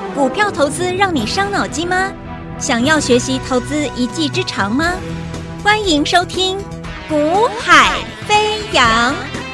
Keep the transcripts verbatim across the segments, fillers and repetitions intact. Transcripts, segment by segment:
股票投资让你伤脑筋吗？想要学习投资一技之长吗？欢迎收听《股海飞扬》。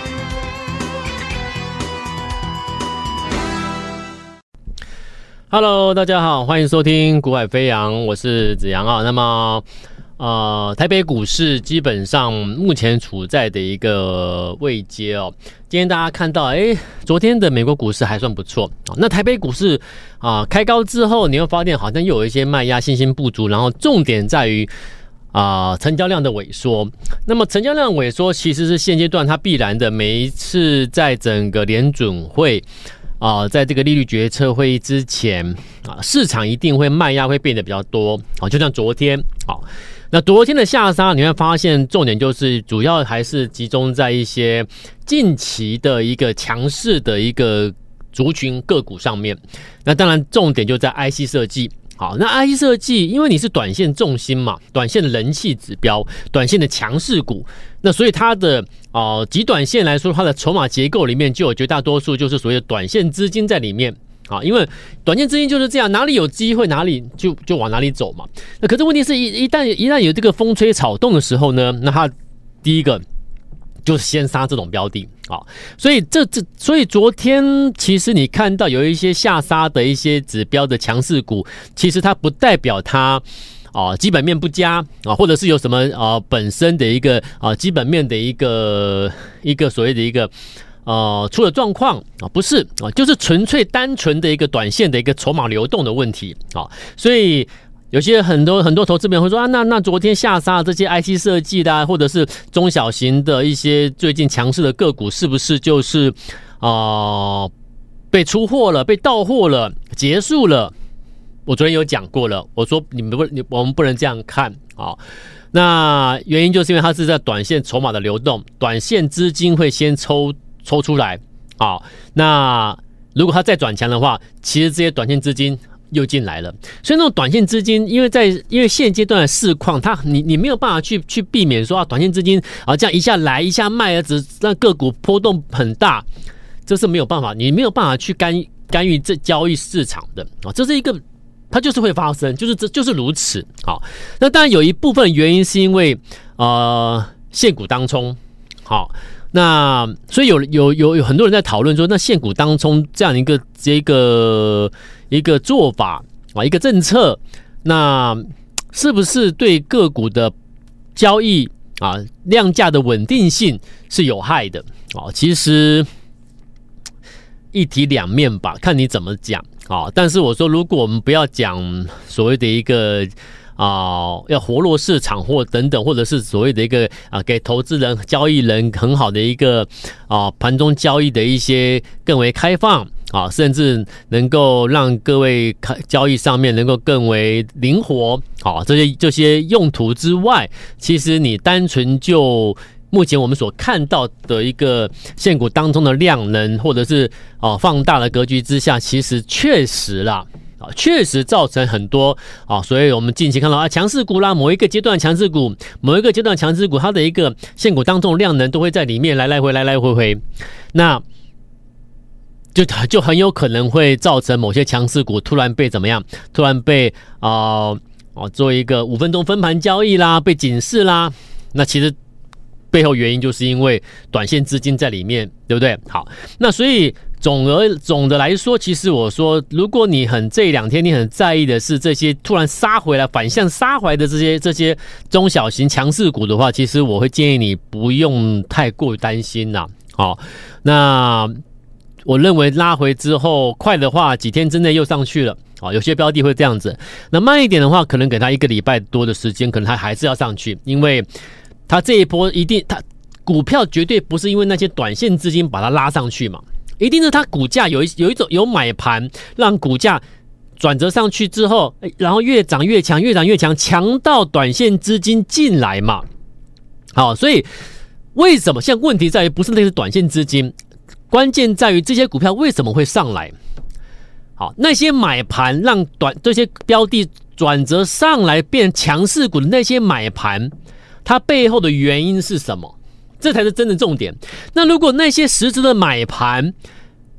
Hello， 大家好，欢迎收听《股海飞扬》，我是子阳啊。那么，呃，台北股市基本上目前处在的一个位阶哦。今天大家看到，哎，昨天的美国股市还算不错啊。那台北股市啊、呃、开高之后，你会发现好像又有一些卖压，信心不足。然后重点在于啊、呃、成交量的萎缩。那么成交量萎缩其实是现阶段它必然的，每一次在整个联准会。啊、呃，在这个利率决策会议之前啊，市场一定会卖压会变得比较多啊，就像昨天啊，那昨天的下杀你会发现重点就是主要还是集中在一些近期的一个强势的一个族群个股上面，那当然重点就在 I C 设计。好，那 I C 设计，因为你是短线重心嘛，短线的人气指标，短线的强势股，那所以它的呃极短线来说，它的筹码结构里面就有绝大多数就是所谓的短线资金在里面啊，因为短线资金就是这样，哪里有机会哪里就就往哪里走嘛。那可是问题是一一旦一旦有这个风吹草动的时候呢，那它第一个就是先杀这种标的啊，所以这这所以昨天其实你看到有一些下杀的一些指标的强势股，其实它不代表它啊基本面不佳啊，或者是有什么啊本身的一个啊基本面的一个一个所谓的一个呃出了状况啊，不是啊，就是纯粹单纯的一个短线的一个筹码流动的问题啊，所以。有些很多很多投资人会说啊，那那昨天下杀这些 I C 设计的、啊，或者是中小型的一些最近强势的个股，是不是就是啊、呃、被出货了、被到货了、结束了？我昨天有讲过了，我说你们不，你我们不能这样看啊。那原因就是因为它是在短线筹码的流动，短线资金会先抽抽出来啊。那如果它再转强的话，其实这些短线资金。又进来了，所以那种短线资金，因为在因为现阶段的市况，它你你没有办法去去避免说啊，短线资金啊这样一下来一下卖，只让个股波动很大，这是没有办法，你没有办法去干干预这交易市场的啊，这是一个它就是会发生，就是这就是如此。好，那当然有一部分原因是因为呃现股当冲，好。那所以有有有有很多人在讨论说，那现股当冲这样一个这个一个做法啊，一个政策，那是不是对个股的交易啊量价的稳定性是有害的啊？其实一体两面吧，看你怎么讲啊。但是我说，如果我们不要讲所谓的一个。啊、呃，要活络市场或等等，或者是所谓的一个啊、呃，给投资人、交易人很好的一个啊盘、呃、中交易的一些更为开放啊、呃，甚至能够让各位交易上面能够更为灵活啊、呃，这些这些用途之外，其实你单纯就目前我们所看到的一个现股当中的量能，或者是啊、呃、放大的格局之下，其实确实啦。确实造成很多啊，所以我们近期看到啊，强势股啦，某一个阶段强势股，某一个阶段强势股，它的一个现股当中的量能都会在里面来来回来来回回，那就就很有可能会造成某些强势股突然被怎么样，突然被啊哦、呃、做一个五分钟分盘交易啦，被警示啦，那其实背后原因就是因为短线资金在里面，对不对？好，那所以。总而总的来说，其实我说，如果你很这两天你很在意的是这些突然杀回来、反向杀回来的这些这些中小型强势股的话，其实我会建议你不用太过于担心啦。好，那我认为拉回之后快的话，几天之内又上去了。好，有些标的会这样子。那慢一点的话，可能给它一个礼拜多的时间，可能它还是要上去，因为它这一波一定，它股票绝对不是因为那些短线资金把它拉上去嘛。一定是它股价有一有一种有买盘，让股价转折上去之后，然后越涨越强，越涨越强，强到短线资金进来嘛。好，所以为什么现在问题在于不是那些短线资金，关键在于这些股票为什么会上来？好，那些买盘让短这些标的转折上来变强势股的那些买盘，它背后的原因是什么？这才是真的重点。那如果那些实质的买盘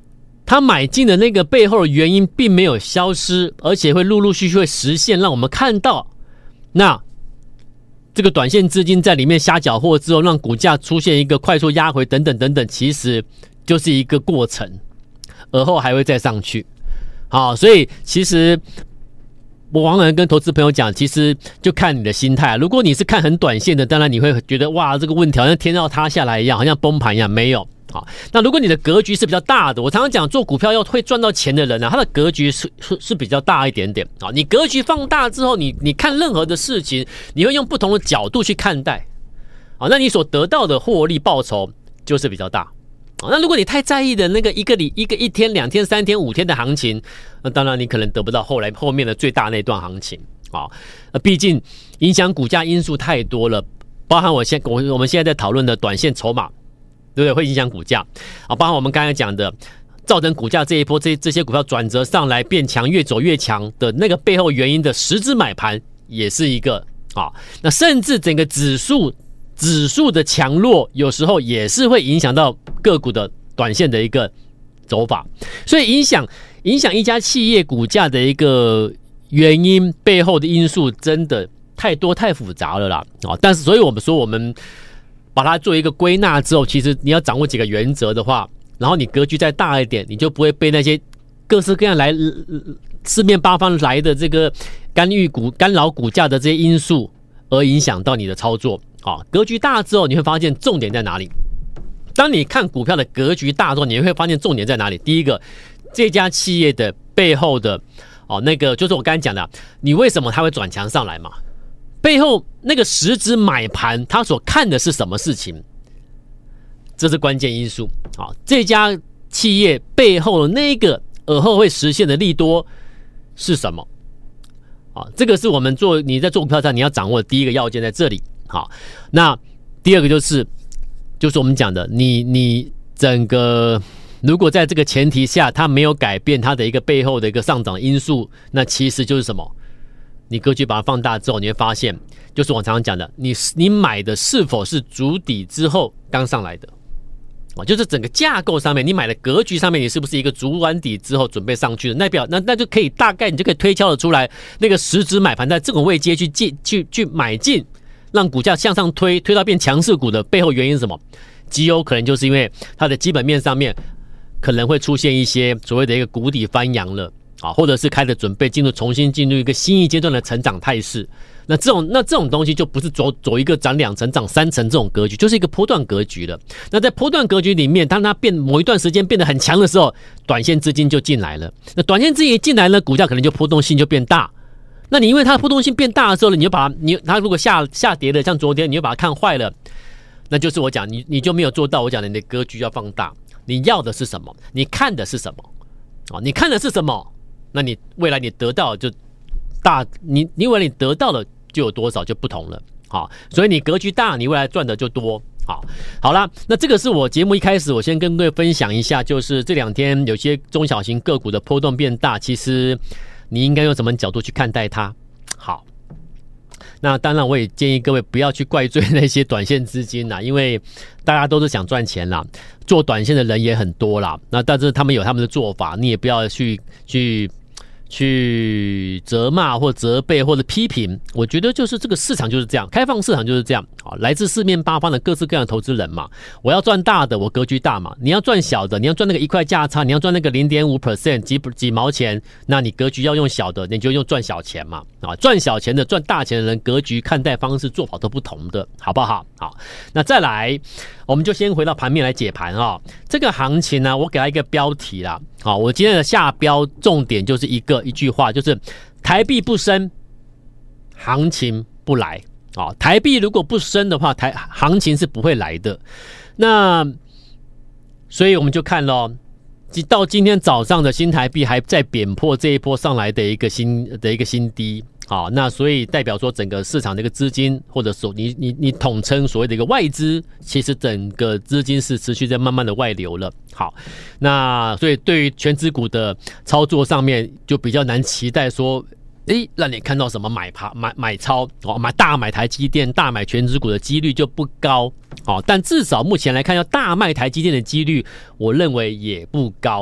他买进的那个背后的原因并没有消失，而且会陆陆续续会实现，让我们看到那这个短线资金在里面瞎搅和之后，让股价出现一个快速压回等等等等，其实就是一个过程，而后还会再上去。好，所以其实我往往跟投资朋友讲，其实就看你的心态。如果你是看很短线的，当然你会觉得哇，这个问题好像天要塌下来一样，好像崩盘一样，没有。好，那如果你的格局是比较大的，我常常讲做股票要会赚到钱的人啊，他的格局是是是比较大一点点啊。你格局放大之后，你你看任何的事情，你会用不同的角度去看待，啊，那你所得到的获利报酬就是比较大。啊，那如果你太在意的那个一个里一个一天、两天、三天、五天的行情，那当然你可能得不到后来后面的最大那段行情啊。毕竟影响股价因素太多了，包含我现我我们现在在讨论的短线筹码。对不对？会影响股价啊，包含我们刚才讲的，造成股价这一波这这些股票转折上来变强，越走越强的那个背后原因的实质买盘，也是一个啊。那甚至整个指数指数的强弱，有时候也是会影响到个股的短线的一个走法。所以影响影响一家企业股价的一个原因背后的因素，真的太多太复杂了啦啊！但是，所以我们说我们。把它做一个归纳之后，其实你要掌握几个原则的话，然后你格局再大一点，你就不会被那些各式各样来四面八方来的这个干预股、干扰股价的这些因素而影响到你的操作。啊，格局大之后，你会发现重点在哪里？当你看股票的格局大之后，你会发现重点在哪里？第一个，这家企业的背后的哦，那个就是我刚才讲的，你为什么它会转强上来嘛？背后那个实质买盘，他所看的是什么事情？这是关键因素。好，这家企业背后的那个而后会实现的利多是什么？好，这个是我们做你在做股票上你要掌握的第一个要件在这里。好，那第二个就是就是我们讲的，你你整个如果在这个前提下，它没有改变它的一个背后的一个上涨因素，那其实就是什么？你格局把它放大之后，你会发现，就是我常常讲的，你你买的是否是筑底之后刚上来的，啊，就是整个架构上面，你买的格局上面，你是不是一个筑完底之后准备上去的？那表那那就可以大概你就可以推敲得出来，那个实质买盘在这种位阶去进去去买进，让股价向上推，推到变强势股的背后原因是什么？极有可能就是因为它的基本面上面可能会出现一些所谓的一个谷底翻扬了。啊，或者是开始准备进入重新进入一个新一阶段的成长态势，那这种那这种东西就不是走走一个涨两成、涨三成这种格局，就是一个波段格局了。那在波段格局里面，当它变某一段时间变得很强的时候，短线资金就进来了。那短线资金一进来呢，股价可能就波动性就变大。那你因为它的波动性变大的时候呢，你就把它你它如果下下跌了，像昨天，你就把它看坏了，那就是我讲你你就没有做到我讲的你的格局要放大。你要的是什么？你看的是什么？啊，你看的是什么？那你未来你得到就大，你你未来你得到的就有多少就不同了，好，所以你格局大，你未来赚的就多，好，好啦，那这个是我节目一开始我先跟各位分享一下，就是这两天有些中小型个股的波动变大，其实你应该用什么角度去看待它？好，那当然我也建议各位不要去怪罪那些短线资金啦，因为大家都是想赚钱啦，做短线的人也很多啦，那但是他们有他们的做法，你也不要去去去责骂或责备或者批评，我觉得就是这个市场就是这样，开放市场就是这样，来自四面八方的各式各样的投资人嘛，我要赚大的，我格局大嘛，你要赚小的，你要赚那个一块价差，你要赚那个 零点五 percent 几几毛钱，那你格局要用小的，你就用赚小钱嘛，啊，赚小钱的赚大钱的人格局看待方式做法都不同的，好不好？好，那再来我们就先回到盘面来解盘啊，这个行情呢，我给它一个标题啦，好，我今天的下标重点就是一个一句话，就是台币不升，行情不来啊。台币如果不升的话，台行情是不会来的。那所以我们就看咯，到今天早上的新台币还在贬破这一波上来的一个新的一个新低。好，那所以代表说整个市场的一个资金，或者说你你你统称所谓的一个外资，其实整个资金是持续在慢慢的外流了。好，那所以对于全指股的操作上面，就比较难期待说，诶，让你看到什么买趴买买超哦，买大买台积电、大买全指股的几率就不高哦。但至少目前来看，要大卖台积电的几率，我认为也不高啦。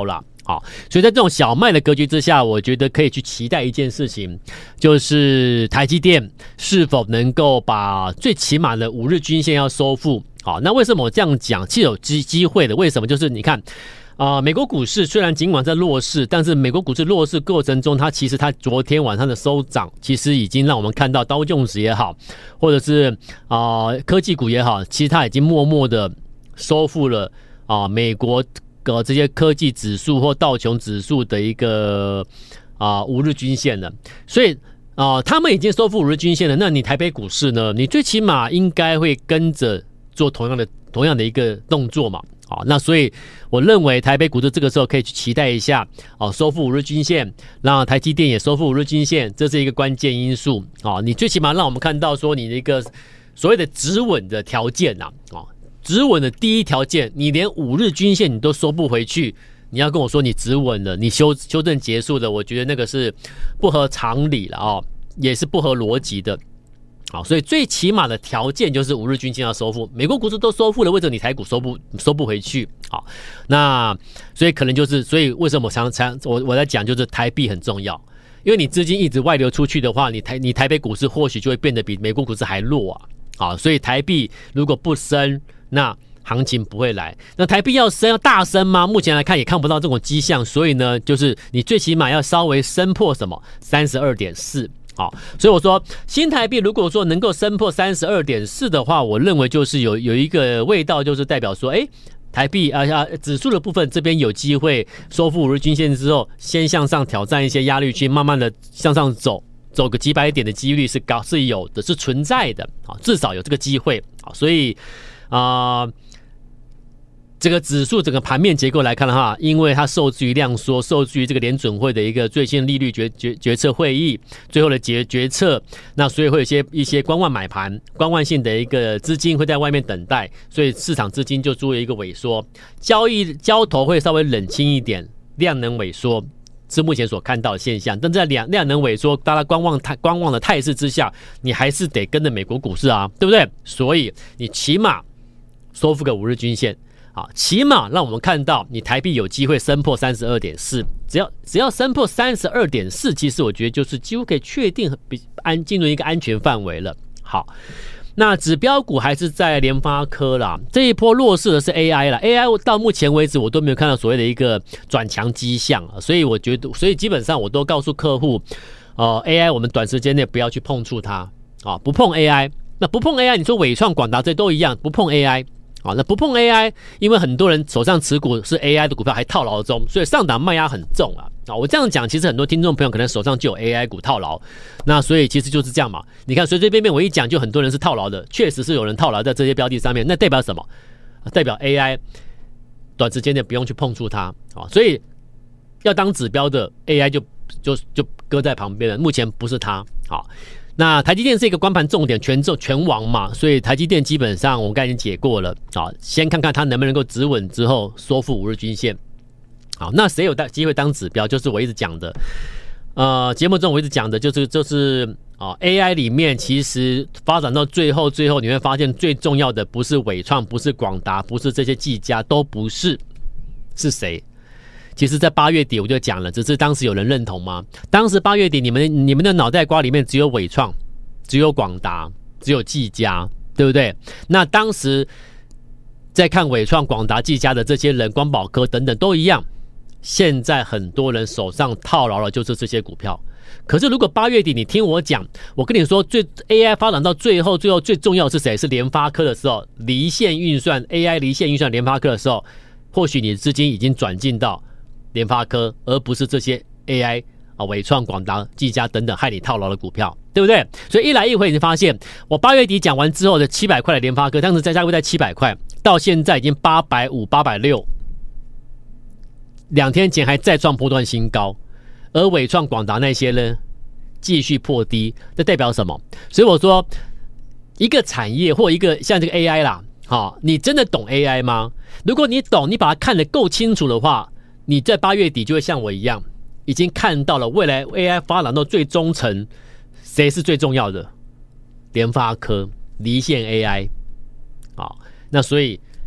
好，所以在这种小麦的格局之下，我觉得可以去期待一件事情，就是台积电是否能够把最起码的五日均线要收复。好，那为什么我这样讲？是有机机会的。为什么？就是你看，啊、呃，美国股市虽然尽管在弱势，但是美国股市弱势过程中，它其实它昨天晚上的收涨，其实已经让我们看到道琼斯也好，或者是啊、呃、科技股也好，其实它已经默默的收复了啊、呃、美国。呃，这些科技指数或道琼指数的一个啊、呃、五日均线了，所以啊、呃，他们已经收复五日均线了。那你台北股市呢？你最起码应该会跟着做同样的同样的一个动作嘛。好，那所以我认为台北股市这个时候可以去期待一下哦、呃，收复五日均线，让台积电也收复五日均线，这是一个关键因素啊、哦。你最起码让我们看到说你的一个所谓的止稳的条件呐，哦。止稳的第一条件，你连五日均线你都收不回去，你要跟我说你止稳了，你修修正结束了，我觉得那个是不合常理了哦，也是不合逻辑的。好，所以最起码的条件就是五日均线要收复，美国股市都收复了，为什么你台股收不收不回去？好，那所以可能就是，所以为什么我常常我我在讲，就是台币很重要，因为你资金一直外流出去的话，你台你台北股市或许就会变得比美国股市还弱啊。好，所以台币如果不升，那行情不会来。那台币要升要大升吗？目前来看也看不到这种迹象，所以呢，就是你最起码要稍微升破什么 三十二点四。好，所以我说新台币如果说能够升破 三十二点四 的话，我认为就是有有一个味道，就是代表说，哎，台币啊啊指数的部分这边有机会收复五日均线之后，先向上挑战一些压力区，慢慢的向上走。走个几百点的几率是高，是有的，是存在的啊，至少有这个机会啊，所以啊、呃，这个指数整个盘面结构来看的话，因为它受制于量缩，受制于这个联准会的一个最新利率决决决策会议最后的决决策，那所以会有一些一些观望买盘、观望性的一个资金会在外面等待，所以市场资金就做一个萎缩，交易交投会稍微冷清一点，量能萎缩。是目前所看到的现象，但在量量能萎缩、大家观望态观望的态势之下，你还是得跟着美国股市啊，对不对？所以你起码收复个五日均线啊，起码让我们看到你台币有机会升破 三十二点四， 只要只要升破 三十二点四， 其实我觉得就是几乎可以确定比安进入一个安全范围了。好。那指标股还是在联发科啦，这一波弱势的是 A I 啦 ，A I 到目前为止我都没有看到所谓的一个转强迹象，所以我觉得，所以基本上我都告诉客户，呃 ，A I 我们短时间内不要去碰触它啊，不碰 A I， 那不碰 A I， 你说伟创、广达这都一样，不碰 A I。好，那不碰 A I， 因为很多人手上持股是 A I 的股票还套牢中，所以上档卖压很重啊。啊，我这样讲，其实很多听众朋友可能手上就有 A I 股套牢，那所以其实就是这样嘛。你看随随便便我一讲，就很多人是套牢的，确实是有人套牢在这些标的上面，那代表什么？代表 A I 短时间内不用去碰触它啊，所以要当指标的 A I 就就就搁在旁边了，目前不是它。好。那台积电是一个观盘重点，全重全王嘛，所以台积电基本上我们刚才已经解过了啊，先看看它能不能够止稳之后收复五日均线。好，那谁有机会当指标？就是我一直讲的，呃，节目中我一直讲的就是就是啊 ，A I 里面其实发展到最后，最后你会发现最重要的不是伟创，不是广达，不是这些技嘉，都不是，是谁？其实在八月底我就讲了，只是当时有人认同吗？当时八月底你们你们的脑袋瓜里面只有伟创，只有广达，只有技嘉，对不对？那当时在看伟创、广达、技嘉的这些人，光宝科等等都一样。现在很多人手上套牢了就是这些股票。可是如果八月底你听我讲，我跟你说最 A I 发展到最后最后最重要的是谁？是联发科的时候，离线运算 A I 离线运算联发科的时候，或许你的资金已经转进到联发科，而不是这些 A I 啊、伟创、广达、技嘉等等害你套牢的股票，对不对？所以一来一回，你发现我八月底讲完之后的七百块的联发科，当时在价位在七百块，到现在已经八百五十、八百六十，两天前还再创波段新高，而伟创、广达那些呢，继续破低，这代表什么？所以我说，一个产业或一个像这个 A I 啦，好，你真的懂 A I 吗？如果你懂，你把它看得够清楚的话，你在八月底就会像我一样，已经看到了未来 A I 发展到最终层，谁是最重要的？联发科离线 A I， 好，那所以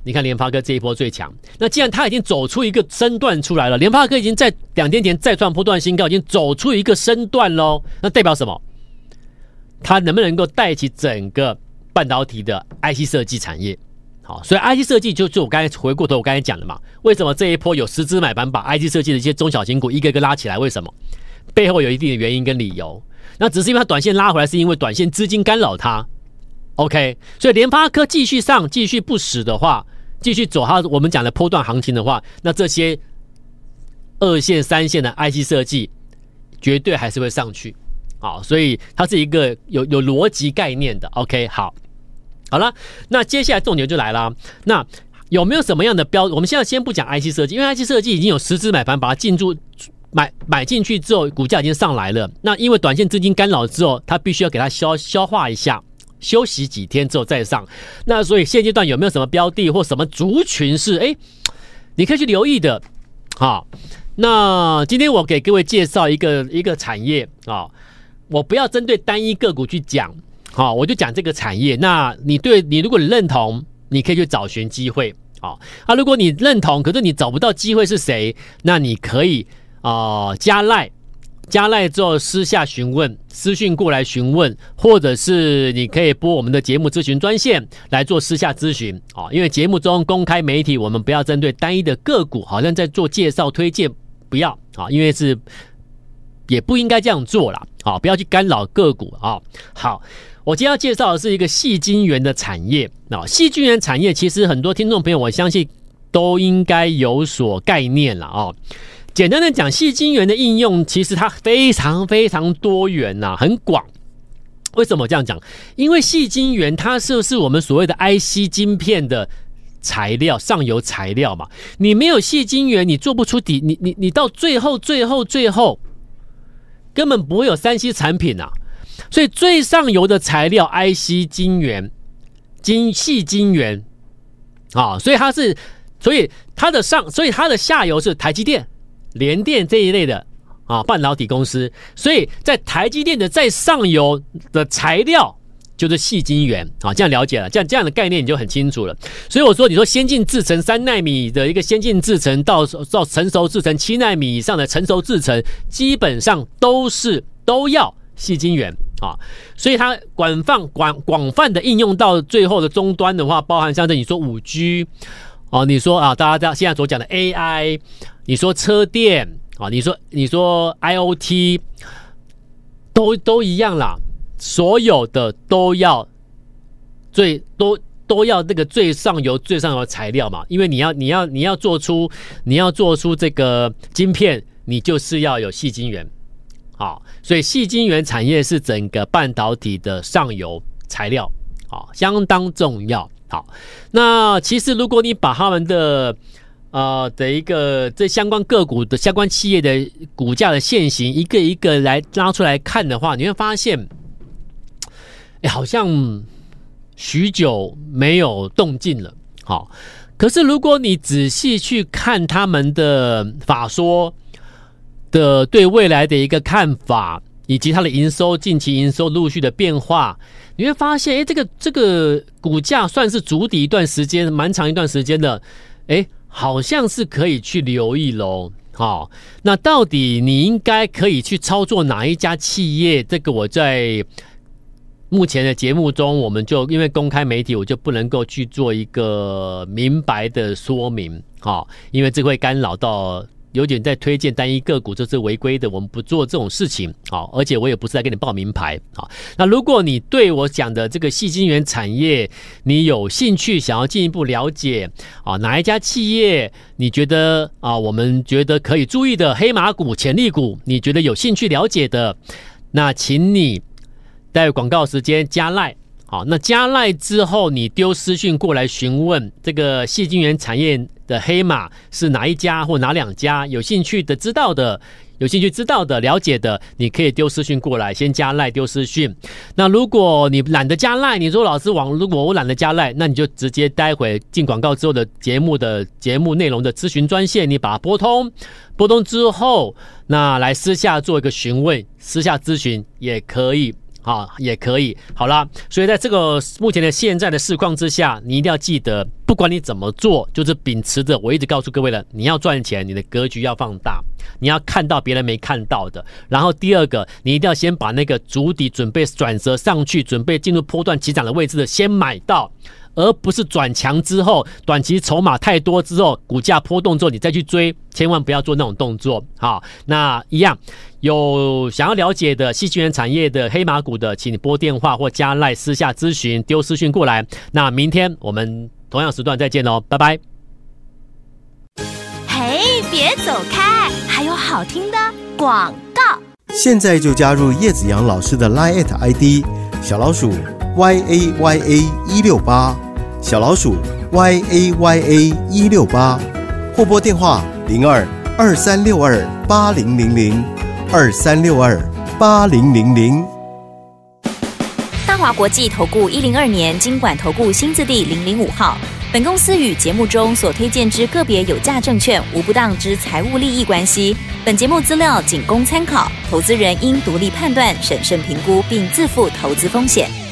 你看联发科这一波最强。那既然它已经走出一个升段出来了，联发科已经在两天前再创波段新高，已经走出一个升段喽。那代表什么？它能不能够带起整个半导体的 I C 设计产业？好，所以 I C 设计就就我刚才回过头我刚才讲的嘛，为什么这一波有十只买盘把 I C 设计的一些中小型股一个一个拉起来？为什么？背后有一定的原因跟理由。那只是因为它短线拉回来，是因为短线资金干扰它。OK， 所以联发科继续上，继续不死的话，继续走它我们讲的波段行情的话，那这些二线、三线的 I C 设计绝对还是会上去。好，所以它是一个有有逻辑概念的。OK， 好。好了，那接下来重点就来了。那有没有什么样的标？我们现在先不讲 I C 设计，因为 I C 设计已经有十只买盘把它进驻买买进去之后，股价已经上来了。那因为短线资金干扰之后，它必须要给它消消化一下，休息几天之后再上。那所以现阶段有没有什么标的或什么族群是哎，你可以去留意的？好，那今天我给各位介绍一个一个产业啊，我不要针对单一个股去讲。好，我就讲这个产业。那你对你如果你认同，你可以去找寻机会。好，啊，如果你认同，可是你找不到机会是谁，那你可以啊、呃、加赖，加赖之后私下询问，私讯过来询问，或者是你可以拨我们的节目咨询专线来做私下咨询。啊，因为节目中公开媒体，我们不要针对单一的个股，好像在做介绍推荐，不要啊，因为是也不应该这样做啦。啊，不要去干扰个股啊。好。我今天要介绍的是一个矽晶圆的产业。那矽晶圆产业其实很多听众朋友我相信都应该有所概念了哦。简单的讲，矽晶圆的应用其实它非常非常多元呐、啊，很广。为什么这样讲？因为矽晶圆它是是我们所谓的 I C 晶片的材料，上游材料嘛。你没有矽晶圆，你做不出底，你你你到最后最后最后根本不会有三 C 产品啊。所以最上游的材料 I C 晶圆、晶矽晶圆，啊，所以它是，所以它的上，所以它的下游是台积电、联电这一类的啊半导体公司。所以在台积电的再上游的材料就是矽晶圆啊，这样了解了，这样这样的概念你就很清楚了。所以我说，你说先进制程三奈米的一个先进制程到到成熟制程七奈米以上的成熟制程，基本上都是都要矽晶圆。啊，所以它广泛广广泛的应用到最后的终端的话，包含像是你说 五 G 哦，你说啊，大家现在所讲的 A I， 你说车电啊，你说你说 I O T， 都都一样啦，所有的都要最都都要那个最上游最上游的材料嘛，因为你要你要你要做出你要做出这个晶片，你就是要有矽晶圆。好，所以矽晶圆产业是整个半导体的上游材料，好，相当重要。好，那其实如果你把他们的呃的一个这相关个股的相关企业的股价的现形一个一个来拉出来看的话，你会发现，哎，好像许久没有动静了。好，可是如果你仔细去看他们的法说的对未来的一个看法，以及它的营收近期营收陆续的变化，你会发现，哎，这个这个股价算是筑底一段时间，蛮长一段时间的，哎，好像是可以去留意咯。好、哦，那到底你应该可以去操作哪一家企业？这个我在目前的节目中，我们就因为公开媒体，我就不能够去做一个明白的说明，好、哦，因为这会干扰到。有点在推荐单一个股，这是违规的，我们不做这种事情。好，而且我也不是在给你报名牌。好，那如果你对我讲的这个矽晶圆产业，你有兴趣想要进一步了解啊，哪一家企业你觉得啊，我们觉得可以注意的黑马股、潜力股，你觉得有兴趣了解的，那请你待会广告时间加赖。好，那加赖之后，你丢私讯过来询问这个矽晶圆产业的黑马是哪一家或哪两家，有兴趣的知道的，有兴趣知道的了解的，你可以丢私讯过来，先加赖丢私讯。那如果你懒得加赖，你说老师网如果我懒得加赖，那你就直接待会进广告之后的节目的节目内容的咨询专线，你把它拨通，拨通之后，那来私下做一个询问，私下咨询也可以。 好，也可以。好啦，所以在这个目前的现在的市况之下，你一定要记得，不管你怎么做，就是秉持着我一直告诉各位的，你要赚钱，你的格局要放大，你要看到别人没看到的。然后第二个，你一定要先把那个筑底准备转折上去，准备进入波段起涨的位置的先买到。而不是转强之后，短期筹码太多之后，股价波动之后，你再去追，千万不要做那种动作。好，那一样有想要了解的矽晶圆产业的黑马股的，请你拨电话或加赖私下咨询，丢私讯过来。那明天我们同样时段再见喽，拜拜。 嘿，别走开，还有好听的广告。 现在就加入叶子阳老师的 Line at I D 小老鼠 Y A Y A 一六八。小老鼠 Y A Y A 一六八，或拨电话零二二三六二八零零零二三六二八零零零。 大华国际投顾一零二年金管投顾新字第零零五号。本公司与节目中所推荐之个别有价证券无不当之财务利益关系。本节目资料仅供参考，投资人应独立判断、审慎评估，并自负投资风险。